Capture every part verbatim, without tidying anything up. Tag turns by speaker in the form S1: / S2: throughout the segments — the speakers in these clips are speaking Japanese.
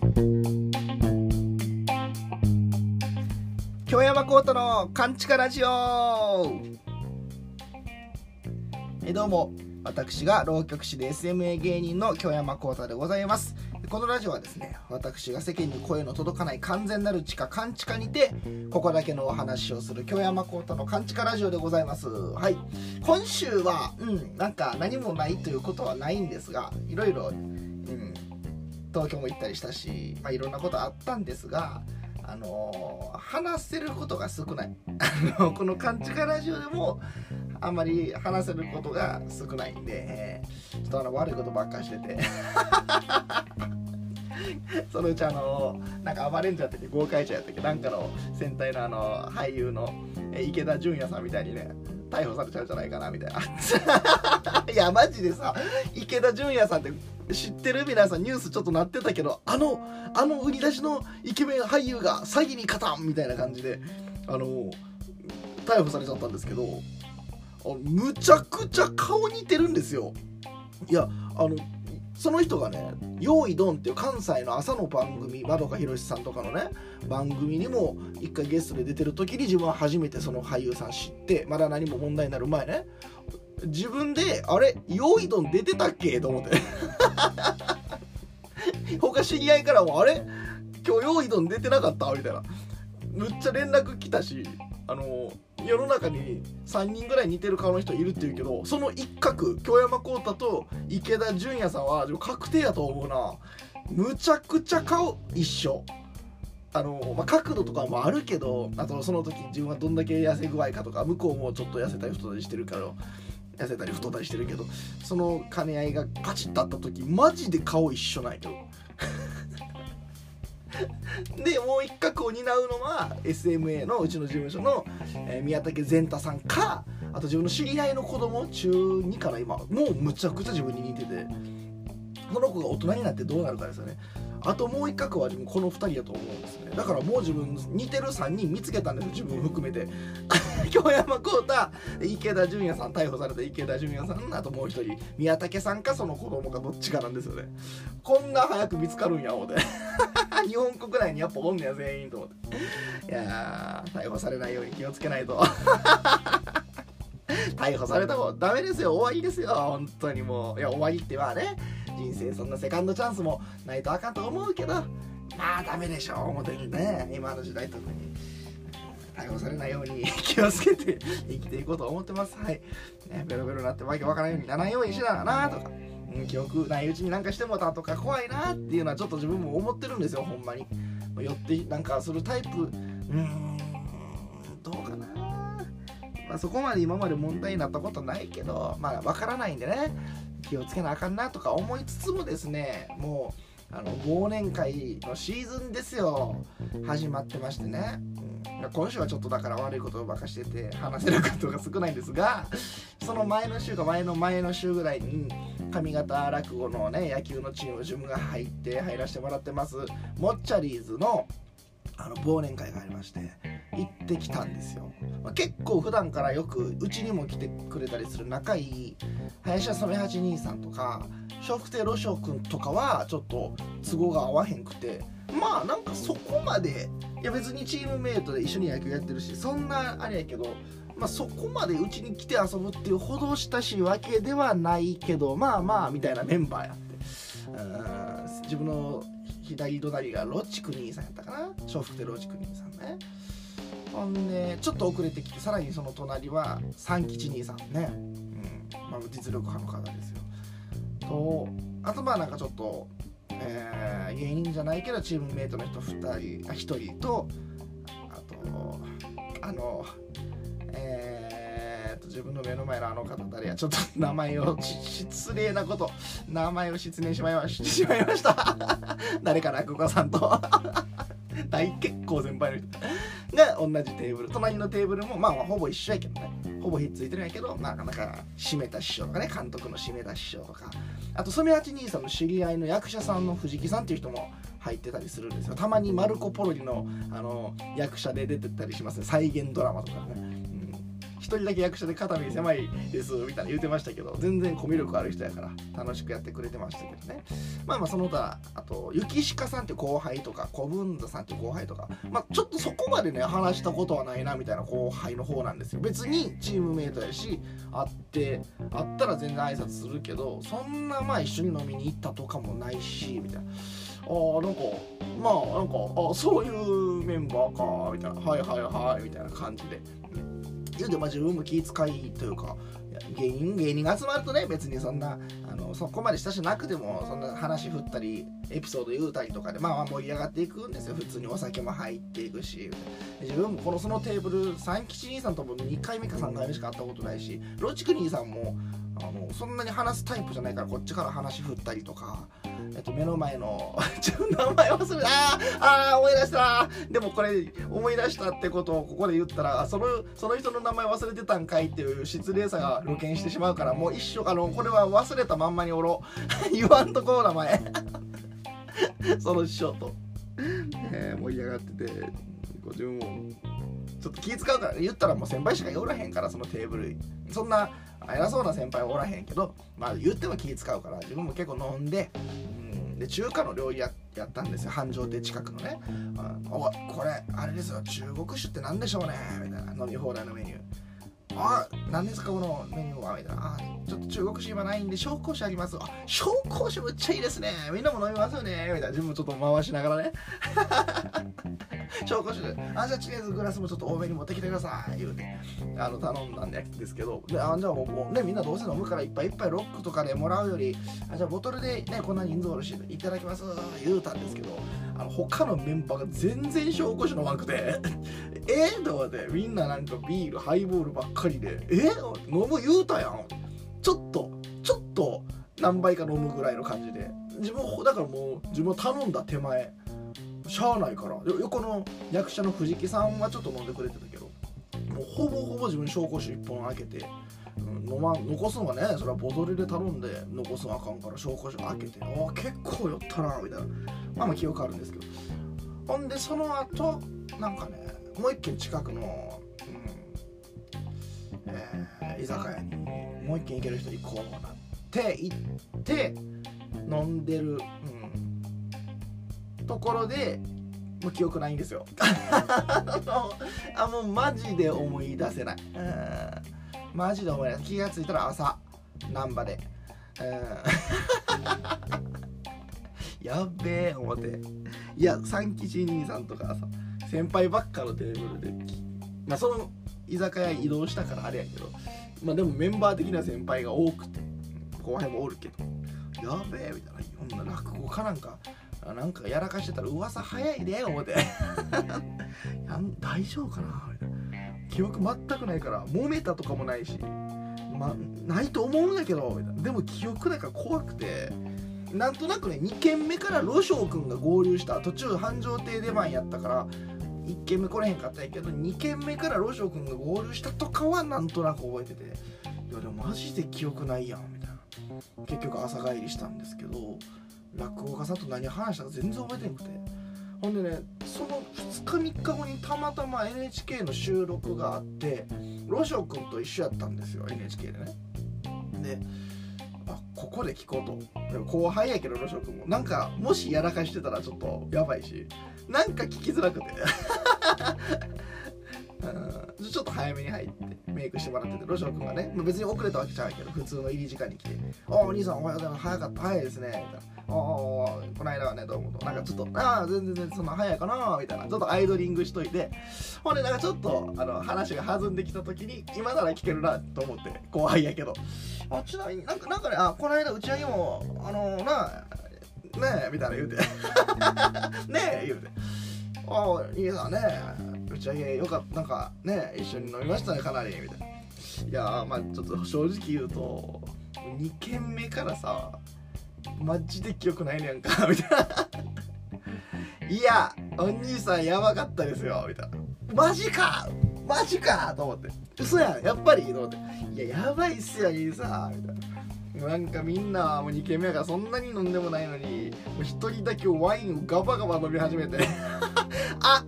S1: 京山幸太のカンチカラジオ。えどうも、私が浪曲師で エスエムエー 芸人の京山幸太でございます。このラジオはですね、私が世間に声の届かない完全なる地下カンチカにてここだけのお話をする京山幸太のカンチカラジオでございます。はい、今週はうんなんか何もないということはないんですが、いろいろ、うん、東京も行ったりしたし、まあ、いろんなことあったんですが、あのー、話せることが少ないあのこのカンチカラジオでもあんまり話せることが少ないんで、えー、ちょっとあの悪いことばっかりしててそのうちあのなんか暴れんじゃってて豪快者やったっけ、なんかの戦隊のあの俳優の池田純也さんみたいにね逮捕されちゃうんじゃないかなみたいないやマジでさ、池田純也さんって知ってる？皆さんニュースちょっとなってたけど、あのあの売り出しのイケメン俳優が詐欺に加担みたいな感じであの逮捕されちゃったんですけど、むちゃくちゃ顔似てるんですよ。いやあのその人がね、よーいどんっていう関西の朝の番組、まどかひろしさんとかのね番組にも一回ゲストで出てる時に自分は初めてその俳優さん知って、まだ何も問題になる前ね、自分であれよーいどん出てたっけと思って他知り合いからもあれ今日よーいどん出てなかったみたいなむっちゃ連絡来たし、あの世の中にさんにんぐらい似てる顔の人いるっていうけど、その一角京山幸太と池田純也さんは確定やと思うな。むちゃくちゃ顔一緒。あの、まあ、角度とかもあるけど、あとその時自分はどんだけ痩せ具合かとか、向こうもちょっと痩せたり太ったりしてるから痩せたり太ったりしてるけど、その兼ね合いがパチッとあった時マジで顔一緒なんよでもう一角を担うのは エスエムエー のうちの事務所の、えー、宮武善太さんか、あと自分の知り合いの子供中にから今もうむちゃくちゃ自分に似てて、この子が大人になってどうなるかですよね。あともう一角は自分このふたりだと思うんですね。だからもう自分似てるさんにん見つけたんですよ、自分含めて京山幸太、池田純也さん、逮捕された池田純也さん、あともう一人宮武さんかその子供かどっちかなんですよね。こんな早く見つかるんや思って日本国内にやっぱおんねや全員と思って、いやー逮捕されないように気をつけないと逮捕された方ダメですよ、終わりですよ本当に。もういや終わりってまあね、人生そんなセカンドチャンスもないとあかんと思うけど、まあダメでしょ表にね、今の時代特に逮捕されないように気をつけて生きていこうと思ってます。はい、ね、ベロベロになってわけわからないようにならないようにしななとか、うん、記憶ないうちになんかしてもたとか怖いなっていうのはちょっと自分も思ってるんですよほんまに。寄ってなんかするタイプ、うーんどうかな、まあ、そこまで今まで問題になったことないけど、まあわからないんでね気をつけなあかんなとか思いつつもですね、もうあの忘年会のシーズンですよ、始まってましてね、うん、今週はちょっとだから悪いことばっかしてて話せることが少ないんですが、その前の週か前の前の週ぐらいに上方落語のね野球のチーム自分が入って入らせてもらってますモッチャリーズのあの忘年会がありまして行ってきたんですよ。まあ、結構普段からよくうちにも来てくれたりする仲いい林家染八兄さんとか笑福亭ロショウ君とかはちょっと都合が合わへんくて、まあなんかそこまで、いや別にチームメイトで一緒に野球やってるしそんなあれやけど、まあそこまでうちに来て遊ぶっていうほど親しいわけではないけど、まあまあみたいなメンバーやって、うん自分の左隣がロチク兄さんやったかな、笑福亭ロチク兄さんね。ほんでちょっと遅れてきて、さらにその隣は三吉兄さんね、うんまあ、実力派の方ですよと、あとまあなんかちょっと、えー、芸人じゃないけどチームメイトの人ふたり、あひとりと、あとあのえー、と自分の目の前のあの方誰や、ちょっと名前を失礼なこと名前を失念しまいましてしまいました誰か落語家さんと大結構先輩の人が同じテーブル、隣のテーブルもまあまあほぼ一緒やけどね、ほぼひっついてるんやけど、なかなか締めた師匠とかね、監督の締めた師匠とか、あと染八兄さんの知り合いの役者さんの藤木さんっていう人も入ってたりするんですよ。たまにマルコ・ポロリのあの役者で出てたりしますね、再現ドラマとかね、うん、 一人だけ役者で肩身狭いですみたいな言ってましたけど、全然コミュ力ある人やから楽しくやってくれてましたけどね。まあまあその他、あと雪鹿さんって後輩とか小文田さんって後輩とか、まあちょっとそこまでね話したことはないなみたいな後輩の方なんですよ。別にチームメイトやし、会って会ったら全然挨拶するけど、そんなまあ一緒に飲みに行ったとかもないしみたいな。あーなんかまあなんかあそういうメンバーかみたいな、はいはいはいみたいな感じで言うて、まあ自分も気遣いというか、芸人芸人が集まるとね、別にそんなあのそこまで親しなくてもそんな話振ったりエピソード言うたりとかでまあまあ盛り上がっていくんですよ。普通にお酒も入っていくし、自分もこのそのテーブル三吉兄さんともにかいめかさんかいめしか会ったことないし、ロチク兄さんもあのそんなに話すタイプじゃないからこっちから話振ったりとか、えっと目の前のちょっと名前忘れた、あーあー思い出したな。でもこれ思い出したってことをここで言ったら、そのその人の名前忘れてたんかいっていう失礼さが露見してしまうから、もう一生あのこれは忘れたまんまにおろ言わんとこう名前その師匠と、えー、盛り上がってて、こう自分もちょっと気使うから、ね、言ったらもう先輩しかおらへんから、そのテーブルそんな偉そうな先輩はおらへんけど、まあ言っても気使うから自分も結構飲んで、うんで中華の料理 や, やったんですよ、繁盛亭近くのね。あおいこれあれですよ、中国酒って何でしょうねみたいな、飲み放題のメニュー。あ、何ですかこのメニューはみたいな。あ、ちょっと中国酒今ないんで紹興酒あります。あ、紹興酒むっちゃいいですね、みんなも飲みますよねみたいな、自分もちょっと回しながらね紹興酒、あ、じゃあとりあえずグラスもちょっと多めに持ってきてください言うてあの頼んだんですけど、であじゃあもうね、みんなどうせ飲むからいっぱいいっぱいロックとかでもらうより、あじゃあボトルでねこんな人数おるしいただきます言うたんですけど、あの他のメンバーが全然紹興酒飲まなくてえーと思って、みんななんかビールハイボールばっかりで、えー、飲む言うたやん、ちょっとちょっと何杯か飲むぐらいの感じで、自分だからもう自分頼んだ手前しゃあないから、横の役者の藤木さんはちょっと飲んでくれてたけど、もうほぼほぼ自分紹興酒いっぽん開けて、うん、飲ま残すのはね、それはボトルで頼んで残すのあかんから紹興酒開けて、ああ結構酔ったなみたいな、まあまあ記憶あるんですけど、ほんでその後なんかねもう一軒近くの、うんえー、居酒屋にもう一軒行ける人行こうなって行って飲んでる、うん、ところでもう記憶ないんですよあもうマジで思い出せない、うん、マジで思い出せない。気がついたら朝難波で、うん、やっべえ思って、いや三吉兄さんとかさ先輩ばっかのテーブルで、まあその居酒屋移動したからあれやけど、まあでもメンバー的な先輩が多くて後輩もおるけど、やべえみたいな、いろんな落語家なんかなんかやらかしてたら噂早いで思ってやん大丈夫かなみたいな、記憶全くないから揉めたとかもないし、まないと思うんだけどみたいな、でも記憶だから怖くて、なんとなくねにけんめからロショウ君が合流した途中繁盛亭出番やったからいっけんめ来れへんかったんやけど、にけんめからロショウ君が合流したとかはなんとなく覚えてて、いやでもマジで記憶ないやんみたいな。結局朝帰りしたんですけど、落語家さんと何話したか全然覚えてなくて、ほんでねそのふつかみっかごにたまたま エヌエイチケー の収録があって、ロショウ君と一緒やったんですよ エヌエイチケー でね。であここで聞こうと、でも後輩やけどロショウ君もなんかもしやらかしてたらちょっとやばいし、なんか聞きづらくてうん、ちょっと早めに入ってメイクしてもらってて、ロショウ君がね別に遅れたわけじゃないけど普通の入り時間に来て「ああお兄さんおはようございます、早かった早いですね」みたいな「ああこの間はねどうも」となんかちょっと「ああ全然全然そんな早いかな」みたいなちょっとアイドリングしといて、ほんでなんかちょっとあの話が弾んできた時に今なら聞けるなと思って後輩やけど、あちなみになんかなんかねあこの間打ち上げもあのなねえみたいな言うてねえ言うて「ああ兄さんね打ち上げよかったなんかね一緒に飲みましたねかなり」みたいな。いやまあちょっと正直言うとにけんめからさマジで記憶ないねやんかみたいないやお兄さんやばかったですよみたいな、マジかマジかと思って、嘘やんやっぱりと思って、いややばいっすよ兄さんみたいな、なんかみんなもうにけんめやからそんなに飲んでもないのにもう一人だけワインをガバガバ飲み始めてあ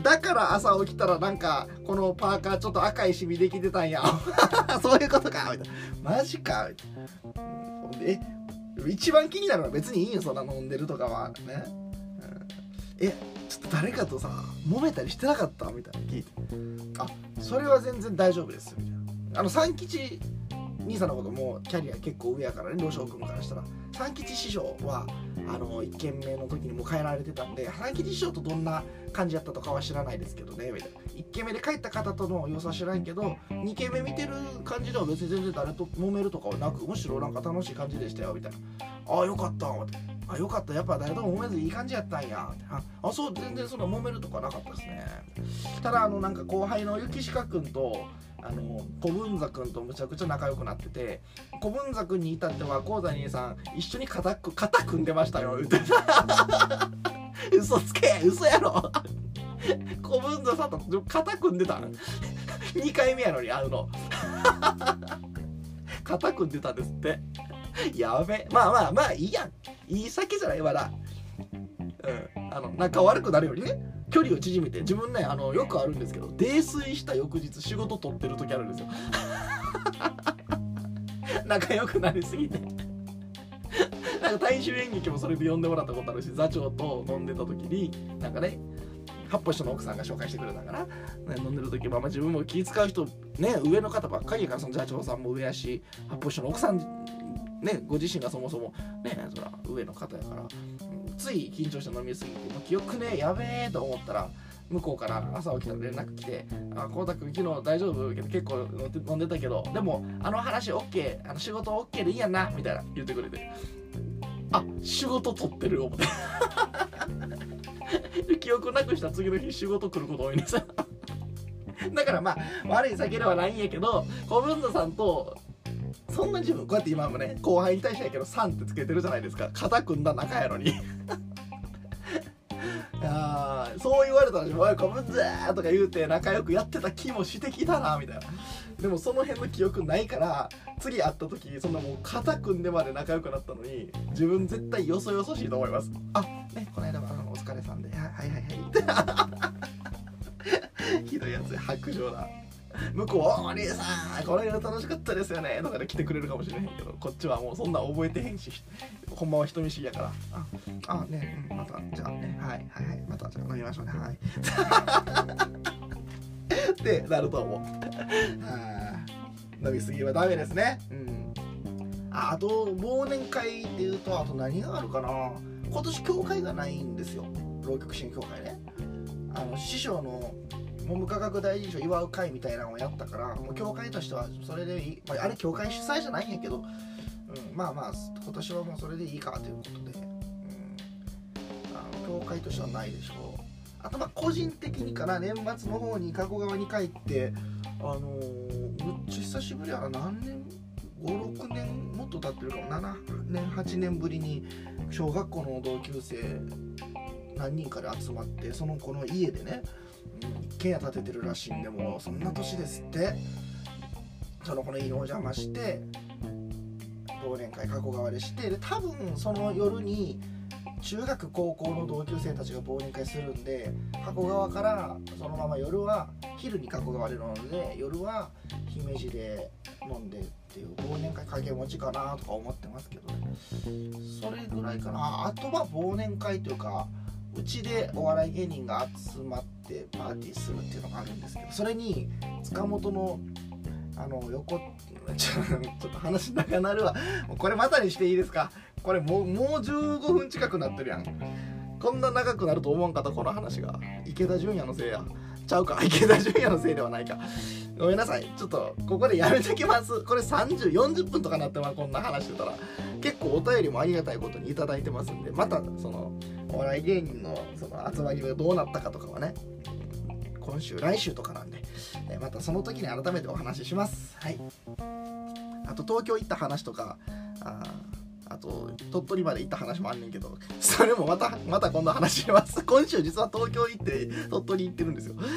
S1: だから朝起きたらなんかこのパーカーちょっと赤いシミできてたんやそういうことかみたいな、マジかみたいな。え一番気になるのは別にいいよそんな飲んでるとかはね、うん、えちょっと誰かとさ揉めたりしてなかったみたいな聞いて、あそれは全然大丈夫ですみたいな。あの三吉兄さんのこともキャリア結構上やからね、老将君からしたら三吉師匠はあのいっけんめの時にもう帰られてたんで、三吉師匠とどんな感じやったとかは知らないですけどねみたいな。いっけんめで帰った方との様子は知らんけど、にけんめ見てる感じでは別に全然誰と揉めるとかはなく、むしろなんか楽しい感じでしたよみたいな。ああよかったみたいな。あよかったやっぱ誰とも揉めずいい感じやったんやみたいな。あそう全然そんな揉めるとかなかったですね。ただあのなんか後輩の雪鹿君とあの小文座君とむちゃくちゃ仲良くなってて、小文座君に至っては香西兄さん一緒に肩く肩組んでましたよ言ってた嘘つけ嘘やろ小文座さんと肩組んでたんにかいめやのに会うの肩組んでたんですって。やべまあまあまあいいやん、いい酒じゃないまだ、うん、あの仲悪くなるよりね距離を縮めて。自分ねあのよくあるんですけど、泥酔した翌日仕事取ってる時あるんですよ仲良くなりすぎてなんか大衆演劇もそれで呼んでもらったことあるし、座長と飲んでた時になんかね八方師匠の奥さんが紹介してくれたから、ね、飲んでる時まあまあ自分も気使う人ね上の方ばっかりやから、その座長さんも上やし八方師匠の奥さんねご自身がそもそもねそら上の方やから、つい緊張して飲みすぎてもう記憶ねやべえと思ったら、向こうから朝起きたら連絡来て「あこうたくん昨日大丈夫?」結構飲んでたけどでもあの話 OK あの仕事 OK でいいやんなみたいな言ってくれて、あ仕事取ってる思って記憶なくした次の日仕事来ること多いんですよだからまあ悪い酒ではないんやけど、小文座さんとそんな自分こうやって今もね後輩に対してやけどさんってつけてるじゃないですか、肩組んだ仲やのにいやそう言われたら「おい小文座!」とか言うて仲良くやってた気もしてきたなみたいな。でもその辺の記憶ないから次会った時そんなもう肩組んでまで仲良くなったのに自分絶対よそよそしいと思います。あねこの間はあのお疲れさんではいはいはいひどいやつ白状だ。向こう「お兄さんこれが楽しかったですよね」とかで来てくれるかもしれへんけど、こっちはもうそんな覚えてへんしほんまは人見知りやから「ああね、うん、またじゃあねはいはいはいまたじゃあ飲みましょうねはい」ってなると思う飲みすぎはダメですね。うんああと忘年会でいうとあと何があるかな。今年教会がないんですよ、浪曲支援協会ね。あの師匠の文部科学大臣賞祝う会みたいなのをやったから、もう教会としてはそれでいい、まあ、あれ教会主催じゃないんやけど、うん、まあまあ今年はもうそれでいいかということで、うん、あの教会としてはないでしょう。あとまあ個人的にから年末の方に加古川に帰ってあのー、むっちゃ久しぶりやな、何年ごろくねんもっと経ってるかも、ななねんはちねんぶりに小学校の同級生何人かで集まって、その子の家でね一軒家建ててるらしいんで、もうそんな年ですって。その子の家にお邪魔して忘年会加古川でして、で多分その夜に中学高校の同級生たちが忘年会するんで、加古川からそのまま夜は昼に加古川で飲んで夜は姫路で飲んでっていう忘年会掛け持ちかなとか思ってますけどね。それぐらいかな。あとは忘年会というかうちでお笑い芸人が集まってパーティーするっていうのがあるんですけど、それに塚本のあの横ちょっと話長なるわ、もうこれまたにしていいですか。これもうもうじゅうごふん近くなってるやん。こんな長くなると思わんかった。この話が池田純也のせいやちゃうか、池田純也のせいではないか、ごめんなさい。ちょっとここでやめてきます。これさんじゅう、よんじゅっぷんとかなってます。こんな話してたら結構お便りもありがたいことにいただいてますんで、またそのお笑い芸人のその集まりがどうなったかとかはね今週来週とかなんで、えまたその時に改めてお話しします。はい。あと東京行った話とか、ああと鳥取まで行った話もあんねんけど、それもまたまた今度話します。今週実は東京行って鳥取行ってるんですよ。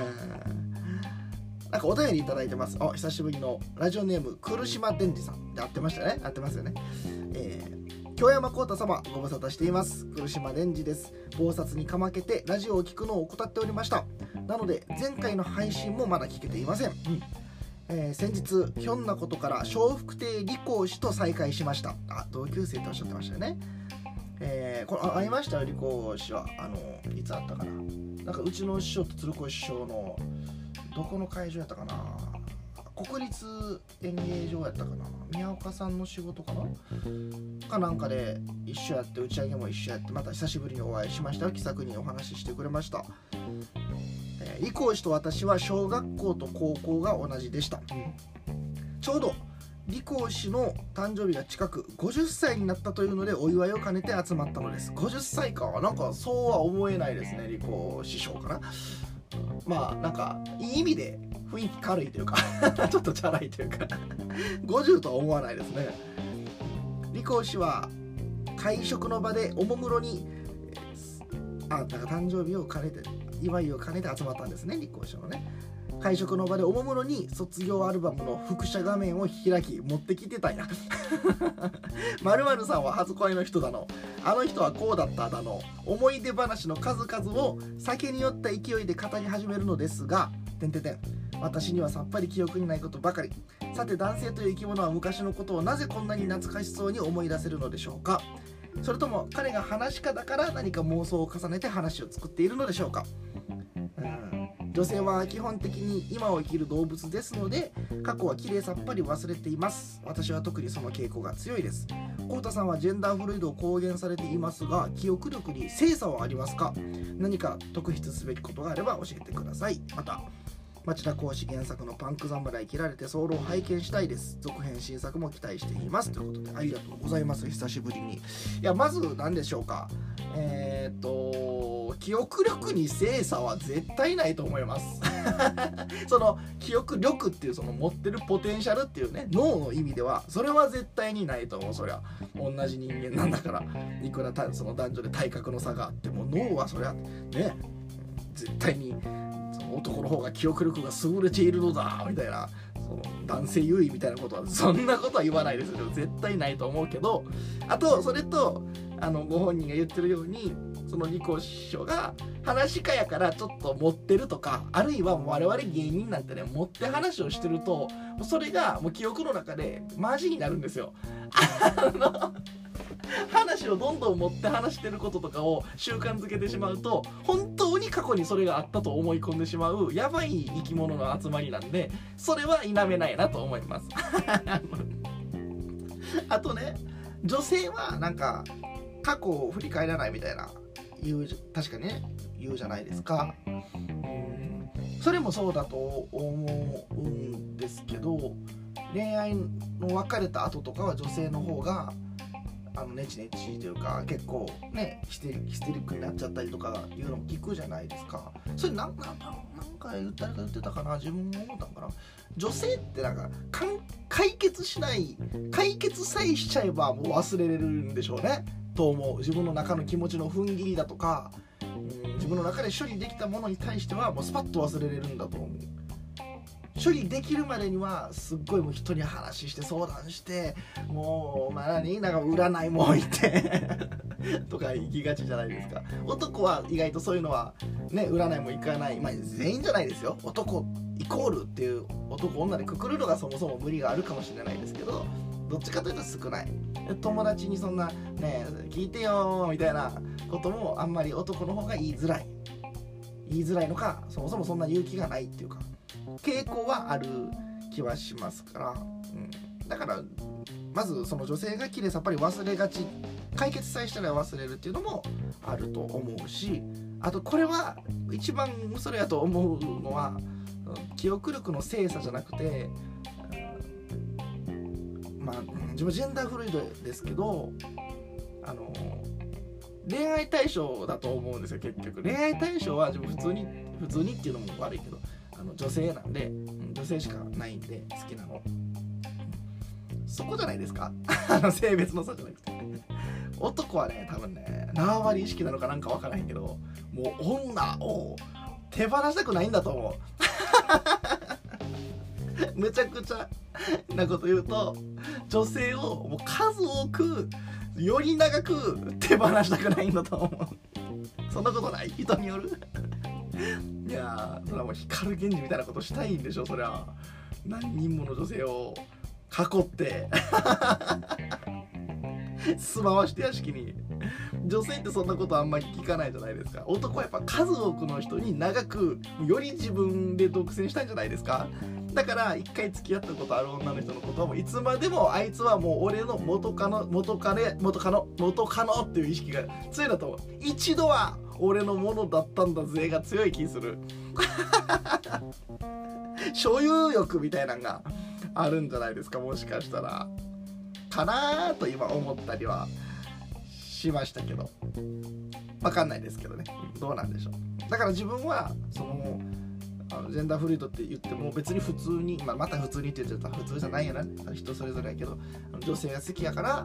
S1: なんかお便りいただいてます。あ、久しぶりのラジオネーム来島伝次さんで合ってましたね。合ってますよね。えー京山幸太様、ご無沙汰しています。来島蓮司です。忙殺にかまけてラジオを聞くのを怠っておりました。なので前回の配信もまだ聞けていません、うんえー、先日ひょんなことから笑福亭理光氏と再会しました。あ、同級生っておっしゃってましたよね。えー、これ会いましたよ、理光氏は。あのいつあったかな、なんかうちの師匠と鶴子師匠のどこの会場やったかな、国立演芸場やったかな、宮岡さんの仕事かなかなんかで一緒やって、打ち上げも一緒やって、また久しぶりにお会いしました。気さくにお話ししてくれました。えー、理光氏と私は小学校と高校が同じでした、うん、ちょうど理光氏の誕生日が近くごじゅっさいになったというのでお祝いを兼ねて集まったのです。ごじゅっさいか、なんかそうは思えないですね。理光師匠かな、まあなんかいい意味で雰囲気軽いというかちょっとチャラいというかごじゅうとは思わないですね。理光氏は会食の場でおもむろにあなんか誕生日を兼ねて祝いを兼ねて集まったんですね。理光氏のね、会食の場でおもむろに卒業アルバムの複写画面を開き持ってきてたんや〇〇さんは初恋の人だの、あの人はこうだっただの、思い出話の数々を酒に酔った勢いで語り始めるのですが、てんてんてん私にはさっぱり記憶にないことばかり。さて男性という生き物は昔のことをなぜこんなに懐かしそうに思い出せるのでしょうか。それとも彼が話し家だから何か妄想を重ねて話を作っているのでしょうか。うん女性は基本的に今を生きる動物ですので、過去はきれいさっぱり忘れています。私は特にその傾向が強いです。幸太さんはジェンダーフルイドを公言されていますが、記憶力に精査はありますか。何か特筆すべきことがあれば教えてください。また町田公史原作のパンク侍切られてソウルを拝見したいです。続編新作も期待しています。ということでありがとうございます。久しぶりに。いやまず何でしょうか、えー、っと記憶力に精査は絶対ないと思いますその記憶力っていうその持ってるポテンシャルっていうね、脳の意味ではそれは絶対にないと思う。そりゃ同じ人間なんだから、いくらたその男女で体格の差があっても脳はそりゃね絶対に男の方が記憶力が優れているのだみたいな、その男性優位みたいなことはそんなことは言わないですよ。絶対ないと思うけど、あとそれとあのご本人が言ってるように、その理光師匠が話し家やからちょっと持ってるとか、あるいは我々芸人なんてね持って話をしてると、それがもう記憶の中でマジになるんですよ。あの話をどんどん持って話してることとかを習慣づけてしまうと、本当に過去にそれがあったと思い込んでしまうやばい生き物の集まりなんで、それは否めないなと思いますあとね、女性はなんか過去を振り返らないみたいな言う、確かにね言うじゃないですか。うんそれもそうだと思うんですけど、恋愛の別れた後とかは女性の方があのネチネチというか結構ねヒステリヒステリックになっちゃったりとかいうのも聞くじゃないですか。それなんかなんか誰か言ってたかな、自分も思ったのかな。女性ってなんかかん解決しない解決さえしちゃえばもう忘れれるんでしょうねと思う。自分の中の気持ちの踏ん切りだとか、うん自分の中で処理できたものに対してはもうスパッと忘れれるんだと思う。処理できるまでにはすっごいもう人に話して相談して、もうまあ何なんか占いも置いてとか行きがちじゃないですか。男は意外とそういうのはね占いも行かない、まあ全員じゃないですよ。男イコールっていう男女でくくるのがそもそも無理があるかもしれないですけど、どっちかというと少ない。友達にそんなね聞いてよみたいなこともあんまり男の方が言いづらい言いづらいのか、そもそもそんな勇気がないっていうか傾向はある気はしますから、うん、だからまずその女性がきれいさっぱり忘れがち、解決さえしたら忘れるっていうのもあると思うし、あとこれは一番それやと思うのは記憶力の精査じゃなくて、まあ自分ジェンダーフルイドですけど、あの恋愛対象だと思うんですよ。結局恋愛対象は自分普通に普通にっていうのも悪いけど、あの女性なんで女性しかないんで好きなのそこじゃないですかあの性別の差じゃなくて男はね多分ね縄張り意識なのかなんかわからへんけど、もう女を手放したくないんだと思うむちゃくちゃなこと言うと、女性をもう数多くより長く手放したくないんだと思う。そんなことない？人によるいやー、それはもう光源氏みたいなことしたいんでしょ。そりゃ何人もの女性を囲って住まわして屋敷に。女性ってそんなことあんまり聞かないじゃないですか。男はやっぱ数多くの人に長くより自分で独占したいんじゃないですか。だから一回付き合ったことある女の人のことはもういつまでもあいつはもう俺の元カノ元カレ元カノ元カノっていう意識が強いんだと思う。一度は俺のものだったんだぜが強い気する所有欲みたいなのがあるんじゃないですか、もしかしたらかなーと今思ったりはしましたけど、わかんないですけどね、どうなんでしょう。だから自分はそのあのジェンダーフルイドって言っても別に普通に、まあ、また普通にって言っちゃったら普通じゃないよな、人それぞれやけど女性が好きやから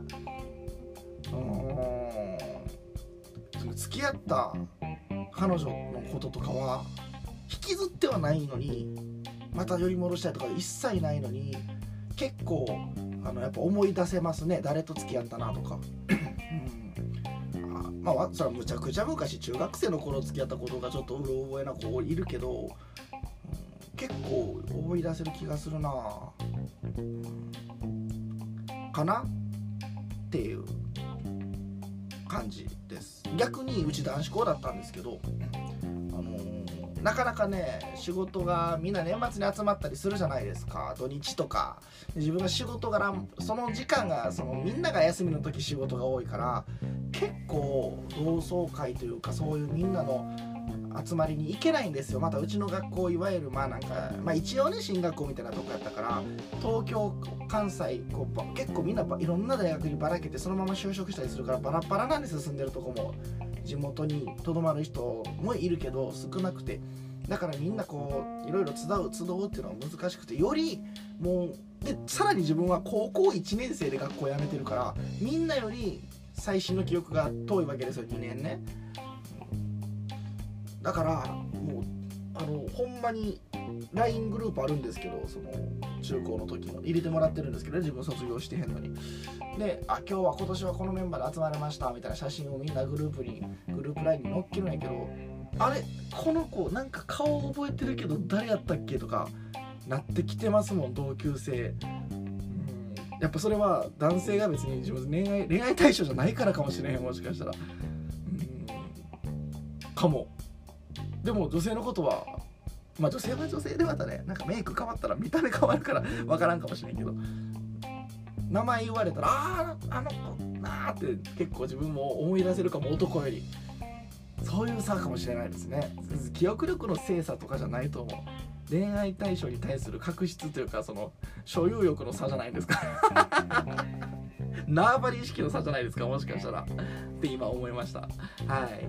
S1: 付き合った彼女のこととかは引きずってはないのに、また寄り戻したいとか一切ないのに結構あのやっぱ思い出せますね、誰と付き合ったなとかまあ、それはむちゃくちゃ昔中学生の頃付き合ったことがちょっとうろ覚えな子いるけど、うん、結構思い出せる気がするな、うん、かなっていう感じです。逆にうち男子校だったんですけど、あのー、なかなかね仕事がみんな年末に集まったりするじゃないですか、土日とか。自分が仕事柄その時間がそのみんなが休みの時仕事が多いから結構同窓会というかそういうみんなの集まりに行けないんですよ。またうちの学校いわゆるまあなんか、まあ、一応ね進学校みたいなとこやったから東京関西こう結構みんないろんな大学にばらけてそのまま就職したりするからバラバラなんですよ。住んでるとこも地元にとどまる人もいるけど少なくて、だからみんなこういろいろ集う集うっていうのは難しくて、よりもうでさらに自分は高校いちねん生で学校辞めてるからみんなより最新の記憶が遠いわけですよ、にねんね。だからもうあのほんまに ライン グループあるんですけど、その中高の時の入れてもらってるんですけど、ね、自分卒業してへんのに。で、あ今日は今年はこのメンバーで集まりましたみたいな写真をみんなグループにグループ ライン に載っけるんやけど、あれこの子なんか顔覚えてるけど誰やったっけとかなってきてますもん、同級生。やっぱそれは男性が別に自分恋愛恋愛対象じゃないからかもしれへん、もしかしたらうんかも。でも女性のことはまあ女性は女性でまたね、なんかメイク変わったら見た目変わるから分からんかもしれんけど、名前言われたらあああの子なーって結構自分も思い出せるかも、男より。そういう差かもしれないですね。記憶力の精査とかじゃないと思う。恋愛対象に対する確執というかその所有欲の差じゃないですか縄張り意識の差じゃないですか、もしかしたらって今思いました。はい、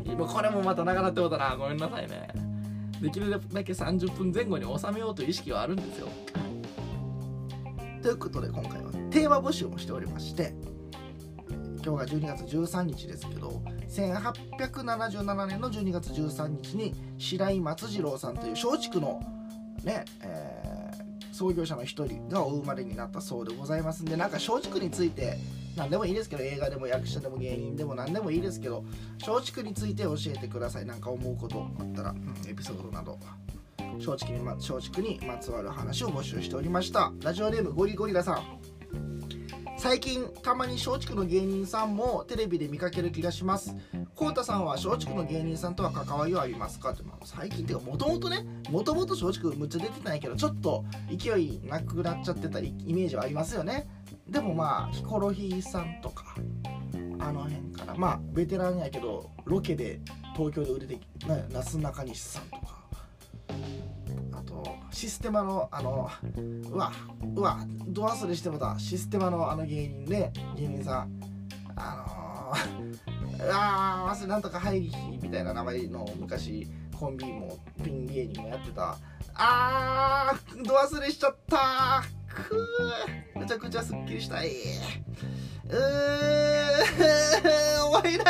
S1: 今これもまた長なってことだな、ごめんなさいね。できるだけさんじゅっぷんぜん後に収めようという意識はあるんですよ。ということで今回はテーマ募集もしておりまして、今日がじゅうにがつじゅうさんにちですけど、せんはっぴゃくななじゅうななねんのじゅうにがつじゅうさんにちに白井松次郎さんという松竹のね、えー、創業者の一人がお生まれになったそうでございますんで、なんか松竹について何でもいいですけど、映画でも役者でも芸人でも何でもいいですけど、松竹について教えてください。なんか思うことあったら、うん、エピソードなど松竹に、ま、松竹にまつわる話を募集しておりました。ラジオネームゴリゴリラさん、最近たまに松竹の芸人さんもテレビで見かける気がします。コウタさんは松竹の芸人さんとは関わりはありますかって、まあ、最近っていうかもともとねもともと松竹むっちゃ出てたんやけどちょっと勢いなくなっちゃってたイメージはありますよね。でもまあヒコロヒーさんとかあの辺からまあベテランやけどロケで東京で売れてなすなかにしさんとか、あとシステマのあのうわうわド忘れしてもたシステマのあの芸人で芸人さんあのーあーなんとかハイリヒみたいな名前の昔コンビもピン芸人もやってた、あード忘れしちゃったー、くーめちゃくちゃすっきりしたい、うー思い出せ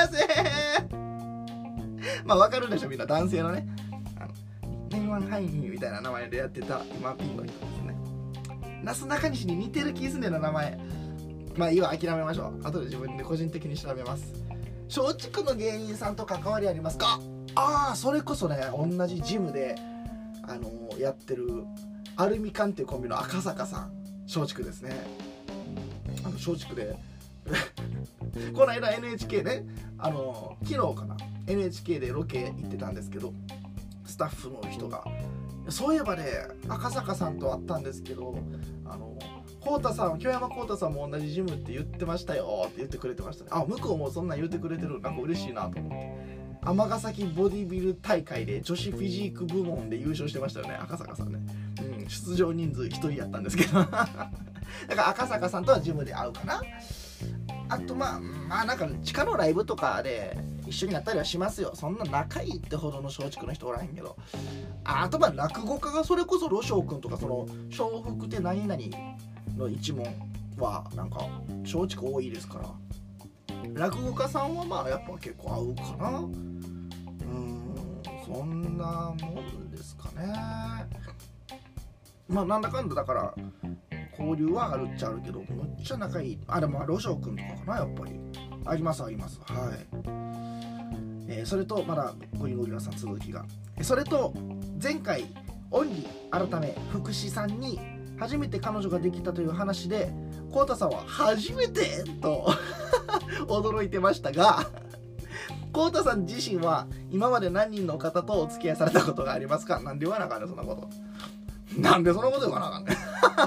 S1: まあわかるでしょみんな、男性のねあのネイワンハイリヒみたいな名前でやってた今ピンの人ですね。なすなかにしに似てる気すんねんな名前、 まあいいわ、諦めましょう。後で自分で個人的に調べます。松竹の芸人さんと関わりありますか？ああ、それこそね、同じジムであのー、やってるアルミカンっていうコンビの赤坂さん、松竹ですね。あの松竹でこの間 エヌエイチケー ね、あのー、昨日かな エヌエイチケー でロケ行ってたんですけど、スタッフの人がそういえばね、赤坂さんと会ったんですけど、あの浩太さん、京山浩太さんも同じジムって言ってましたよって言ってくれてましたね。あ、向こうもそんなん言ってくれてる、なんか嬉しいなと思って。尼崎ボディビル大会で女子フィジーク部門で優勝してましたよね、赤坂さんね。うん、出場人数ひとりやったんですけどだから赤坂さんとはジムで会うかな。あとまあまあなんか地下のライブとかで一緒になったりはしますよ。そんな仲いいってほどの松竹の人おらへんけど。あとまあ落語家がそれこそ羅生君とか、その笑福亭何々の一門はなんか松竹多いですから、落語家さんはまあやっぱ結構合うかな。うーん、そんなもんですかね。まあなんだかんだだから交流はあるっちゃあるけど、むっちゃ仲いい。あ、でも羅生君とかかな、やっぱりありますあります。はい、えー、それとまだゴリゴリラさん続きが、それと前回オンリー改め福士さんに初めて彼女ができたという話で、浩太さんは初めてと驚いてましたが、浩太さん自身は今まで何人の方とお付き合いされたことがありますか？なんで言わなあかんねん、そんなこと。なんでそんなこと言わなあかんね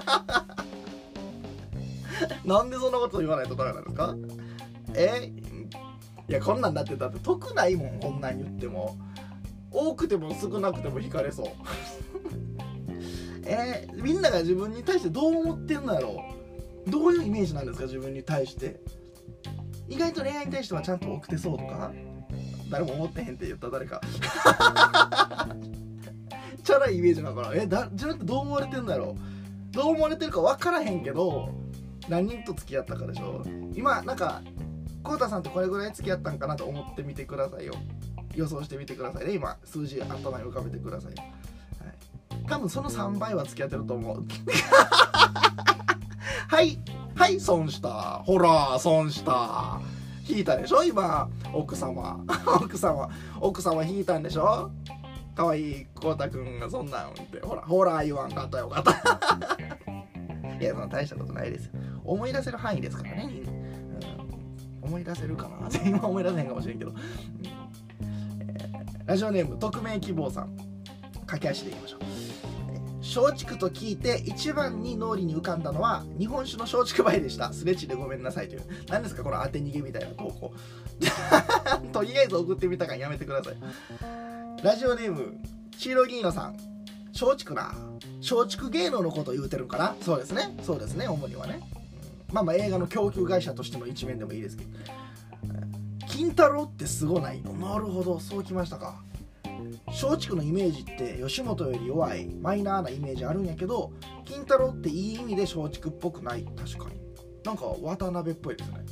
S1: んなんでそんなこと言わないとダメなんですか？えいや、こんなんだって、だって得ないもん、こんなん言っても。多くても少なくても惹かれそうえー、みんなが自分に対してどう思ってんのやろう。どういうイメージなんですか、自分に対して。意外と恋愛に対してはちゃんと奥手そうとか、誰も思ってへんって言った誰かチャラいイメージなのかな。えだ自分ってどう思われてんのやろう。どう思われてるか分からへんけど、何人と付き合ったかでしょ。今なんか浩太さんとこれぐらい付き合ったんかなと思ってみてくださいよ。予想してみてくださいね。今数字頭に浮かべてくださいよ、はい、多分そのさんばいは付き合ってると思うはいはい損した。ほら損した。引いたでしょ今奥様奥様奥様引いたんでしょ。かわいい浩太くんがそんなんってほらほら言わんかったよかったいやそんな大したことないですよ。思い出せる範囲ですからね、うん、思い出せるかな今思い出せへんかもしれんけど、うんラジオネーム匿名希望さん、駆け足でいきましょう。松竹と聞いて一番に脳裏に浮かんだのは日本酒の松竹梅でした。スレッチでごめんなさいという、何ですかこの当て逃げみたいな投稿とりあえず送ってみたからやめてください。ラジオネームチーロギーノさん、松竹な松竹芸能のことを言うてるんかな。そうですねそうですね主にはね、うん、まあまあ映画の供給会社としての一面でもいいですけど、金太郎ってすごない。なるほど、そうきましたか。松竹のイメージって吉本より弱いマイナーなイメージあるんやけど、金太郎っていい意味で松竹っぽくない。確かになんか渡辺っぽいですね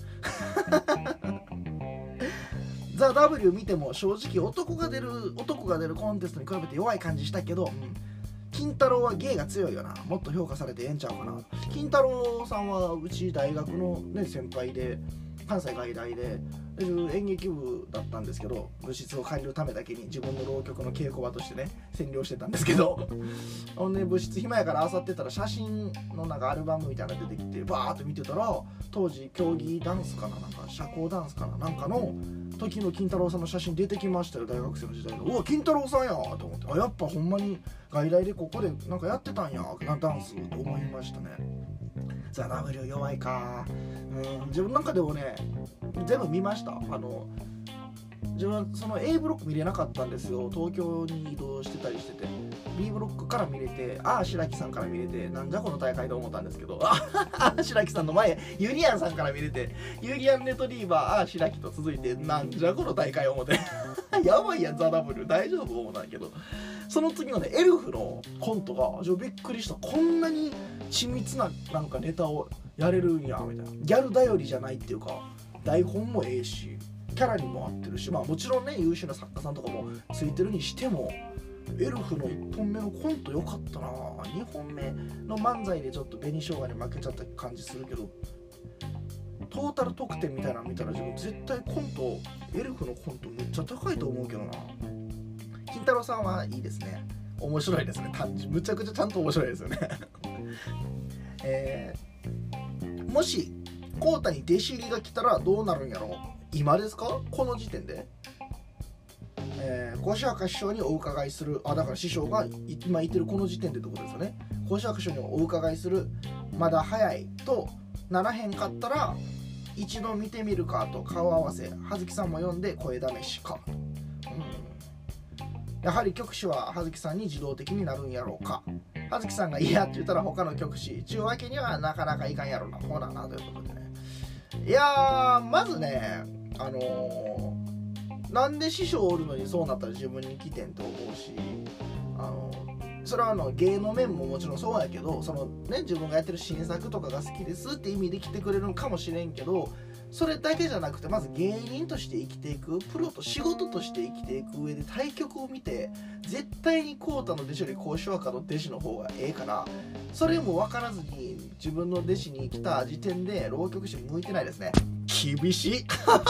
S1: ザ・ W 見ても正直男が出る男が出るコンテストに比べて弱い感じしたけど、うん、金太郎は芸が強いよな。もっと評価されてええんちゃうかな。金太郎さんはうち大学の、ね、先輩で関西外大で演劇部だったんですけど、部室を借りるためだけに自分の浪曲の稽古場としてね占領してたんですけどほんで部室暇やから漁ってたら写真のなんかアルバムみたいなの出てきてバーっと見てたら、当時競技ダンスかな、なんか社交ダンスかななんかの時の金太郎さんの写真出てきましたよ、大学生の時代の。うわ金太郎さんやと思って、あやっぱほんまに外来でここでなんかやってたんやダンスと思いましたね。ザ・ W 弱いか。うん、自分なんかでもね全部見ました。あの自分はその A ブロック見れなかったんですよ。東京に移動してたりしてて B ブロックから見れて、ああ白木さんから見れて、なんじゃこの大会と思ったんですけど、ああ白木さんの前ユリアンさんから見れて、ユリアンレトリーバーああ白木と続いて、なんじゃこの大会思ってやばいやんザ・ W 大丈夫思ったんやけど、その次のねエルフのコントがちょびっくりした。こんなに緻密ななんかネタをやれるんやみたいな。ギャル頼りじゃないっていうか、台本もええしキャラにも合ってるし、まあもちろんね優秀な作家さんとかもついてるにしても、エルフのいっぽんめのコント良かったな。にほんめの漫才でちょっと紅生姜に負けちゃった感じするけど、 トータル得点みたいなの見たら自分絶対コントエルフのコントめっちゃ高いと思うけどな。金太郎さんはいいですね、面白いですね、むちゃくちゃちゃんと面白いですよねえー、もしコウタに弟子入りが来たらどうなるんやろう。今ですか、この時点で。えー、小白師匠にお伺いする。あ、だから師匠が今いてるこの時点でってことですよね。小白師匠にお伺いする。まだ早いとならへんかったら一度見てみるかと顔合わせ。葉月さんも読んで声試しか。うん、やはり局師は葉月さんに自動的になるんやろうか。葉月さんが嫌って言ったら他の局師ちゅうわけにはなかなかいかんやろうな。ほらなということでね。いやーまずね、あのー、なんで師匠おるのにそうなったら自分に来てんと思うし、あのー、それはあの芸の面ももちろんそうやけど、そのね自分がやってる新作とかが好きですって意味で来てくれるのかもしれんけど、それだけじゃなくてまず芸人として生きていく、プロと仕事として生きていく上で対局を見て絶対にコウタの弟子より高尚家の弟子の方がええから、それも分からずに自分の弟子に来た時点で浪曲師向いてないですね。厳しい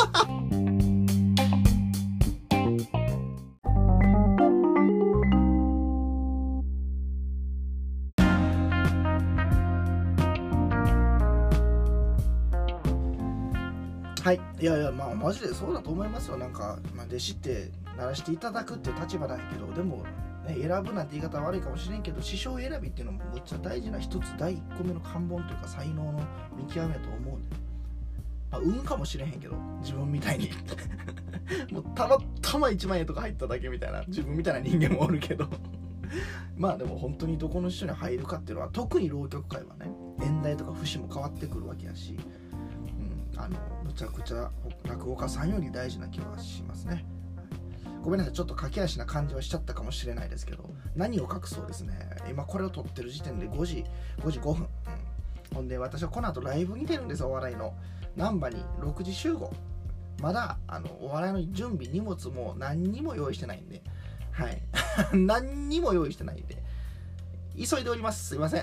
S1: はい、いやいや、まあマジでそうだと思いますよ。なんか、まあ、弟子ってならしていただくっていう立場なんやけど、でも、ね、選ぶなんて言い方は悪いかもしれんけど、師匠選びっていうのもむっちゃ大事な一つ、第一個目の関門というか才能の見極めだと思うんで、まあ、運かもしれへんけど、自分みたいにもうたまたまいちまん円とか入っただけみたいな自分みたいな人間もおるけどまあでも本当にどこの師匠に入るかっていうのは、特に浪曲界はね、年代とか節も変わってくるわけやし、うん、あのむちゃくちゃ落語家さんより大事な気はしますね。ごめんなさい、ちょっと駆け足な感じはしちゃったかもしれないですけど、何を隠そうですね、今これを撮ってる時点でごじごじごふん、うん、ほんで私はこの後ライブに出るんですよ。お笑いの難波にろくじ集合。まだあのお笑いの準備荷物も何にも用意してないんで、はい何にも用意してないんで急いでおります。すいません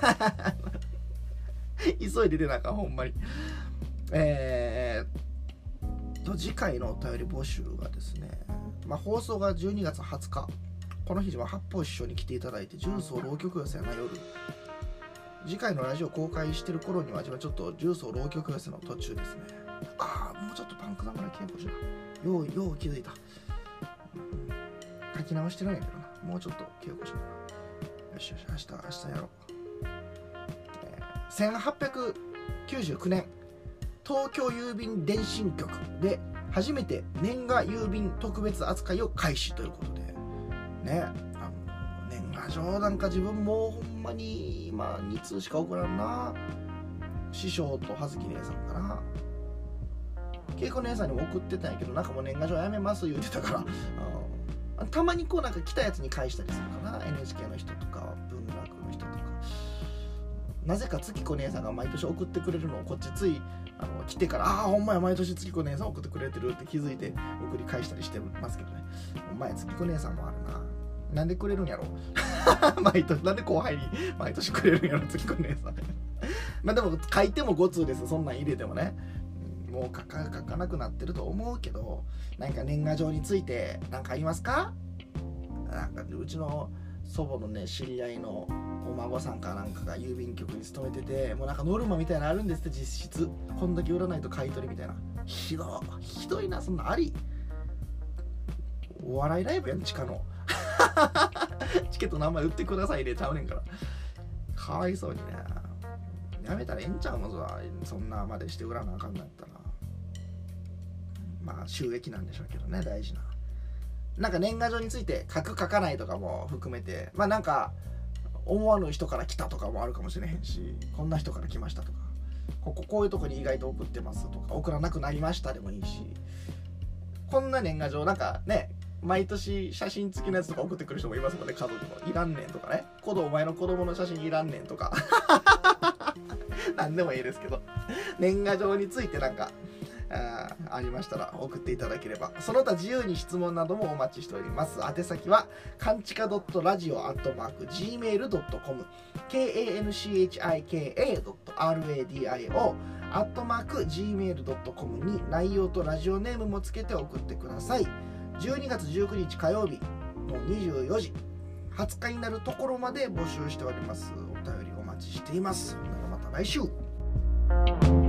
S1: 急いで出なあかん、ほんまに。えーと次回のお便り募集がですね、まあ、放送がじゅうにがつはつか、この日は八方師匠に来ていただいて重曹浪曲寄せやな夜、次回のラジオ公開してる頃には自分はちょっと重曹浪曲寄せの途中ですね。ああ、もうちょっとパンク侍稽古しな、ようよう気づいた、うん、書き直してないんやけどな、もうちょっと稽古しな。よしよし、明日明日やろう。えー、せんはっぴゃくきゅうじゅうきゅうねん東京郵便電信局で初めて年賀郵便特別扱いを開始ということでね、あの年賀状なんか自分もほんまに今に通しか送らんな。師匠と葉月姉さんかな、恵子姉さんにも送ってたんやけど、なんかもう年賀状やめます言うてたから、うん、たまにこうなんか来たやつに返したりするかな、 エヌエイチケー の人とか文楽の人とか。なぜか月子姉さんが毎年送ってくれるのをこっちついあの来てから、ああほんまや毎年月子姉さん送ってくれてるって気づいて送り返したりしてますけどね。お前月子姉さんもあるな。なんでくれるんやろ毎年なんで後輩に毎年くれるんやろ月子姉さんまあでも書いてもご通です、そんなん入れてもね。もう書か、書かなくなってると思うけど、なんか年賀状について何かありますか？なんかうちの祖母のね知り合いのお孫さんかなんかが郵便局に勤めてて、もうなんかノルマみたいなのあるんですって、実質こんだけ売らないと買い取りみたいな。ひどいひどいな、そんなあり。お笑いライブやん、地下のチケット名前売ってくださいでちゃうねんから、かわいそうにね。やめたらええんちゃうもん、そんなまでして売らなあかんのやったら。まあ収益なんでしょうけどね、大事な。なんか年賀状について書く書かないとかも含めて、まあなんか思わぬ人から来たとかもあるかもしれへんし、こんな人から来ましたとか、こここういうとこに意外と送ってますとか、送らなくなりましたでもいいし、こんな年賀状なんかね、毎年写真付きのやつとか送ってくる人もいますもんね。家族のいらんねんとかね、子供お前の子供の写真いらんねんとかなんでもいいですけど、年賀状についてなんかあ, ありましたら送っていただければ、その他自由に質問などもお待ちしております。宛先はかんちか .radio アットマーク ジーメール ドットコム カンチカ ラディオアットマーク ジーメールドットコム に内容とラジオネームもつけて送ってください。じゅうにがつじゅうくにち火曜日のにじゅうよじ、はつかになるところまで募集しております。お便りお待ちしています。それではまた来週。